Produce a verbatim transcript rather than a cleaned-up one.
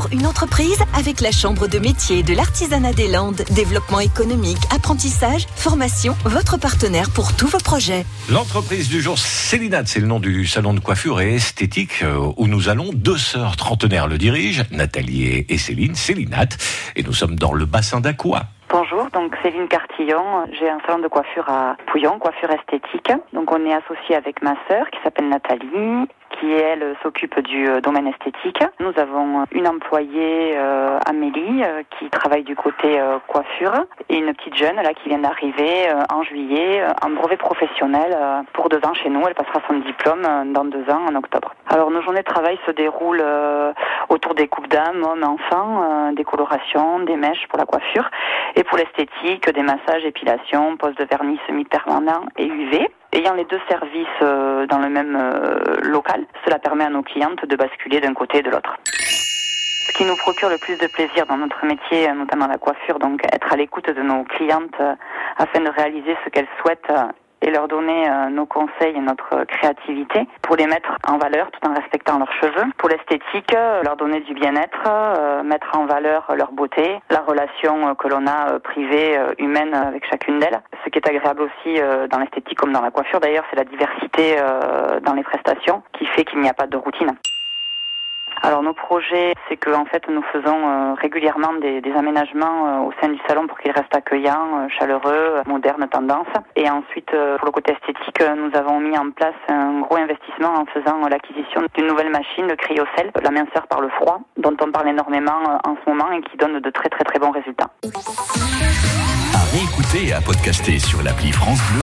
pour une entreprise avec la Chambre de métier de l'artisanat des Landes. Développement économique, apprentissage, formation, votre partenaire pour tous vos projets. L'entreprise du jour, Célinat, c'est le nom du salon de coiffure et esthétique où nous allons. Deux sœurs trentenaires le dirigent, Nathalie et Céline, Célinat, et nous sommes dans le bassin d'Aqua. Bonjour, donc Céline Cartillon, j'ai un salon de coiffure à Pouillon, coiffure esthétique. Donc on est associé avec ma sœur qui s'appelle Nathalie, qui elle s'occupe du euh, domaine esthétique. Nous avons une employée, euh, Amélie, euh, qui travaille du côté euh, coiffure, et une petite jeune là qui vient d'arriver euh, en juillet, euh, en brevet professionnel euh, pour deux ans chez nous. Elle passera son diplôme euh, dans deux ans en octobre. Alors nos journées de travail se déroulent euh, autour des coupes d'âme, hommes, enfants, euh, des colorations, des mèches pour la coiffure, et pour l'esthétique, des massages, épilation, pose de vernis semi-permanent et U V. Ayant les deux services euh, dans le même euh, local, cela permet à nos clientes de basculer d'un côté et de l'autre. Ce qui nous procure le plus de plaisir dans notre métier, notamment la coiffure, donc être à l'écoute de nos clientes euh, afin de réaliser ce qu'elles souhaitent euh, et leur donner euh, nos conseils et notre créativité pour les mettre en valeur tout en respectant leurs cheveux. Pour l'esthétique, euh, leur donner du bien-être, euh, mettre en valeur leur beauté, la relation euh, que l'on a euh, privée, euh, humaine avec chacune d'elles. Ce qui est agréable aussi euh, dans l'esthétique comme dans la coiffure d'ailleurs, c'est la diversité euh, dans les prestations qui fait qu'il n'y a pas de routine. Alors nos projets, c'est que en fait nous faisons euh, régulièrement des, des aménagements euh, au sein du salon pour qu'il reste accueillant, euh, chaleureux, moderne tendance. Et ensuite euh, pour le côté esthétique, euh, nous avons mis en place un gros investissement en faisant euh, l'acquisition d'une nouvelle machine, le cryocell, la minceur par le froid, dont on parle énormément euh, en ce moment et qui donne de très très très bons résultats. À réécouter et à podcaster sur l'appli France Bleu.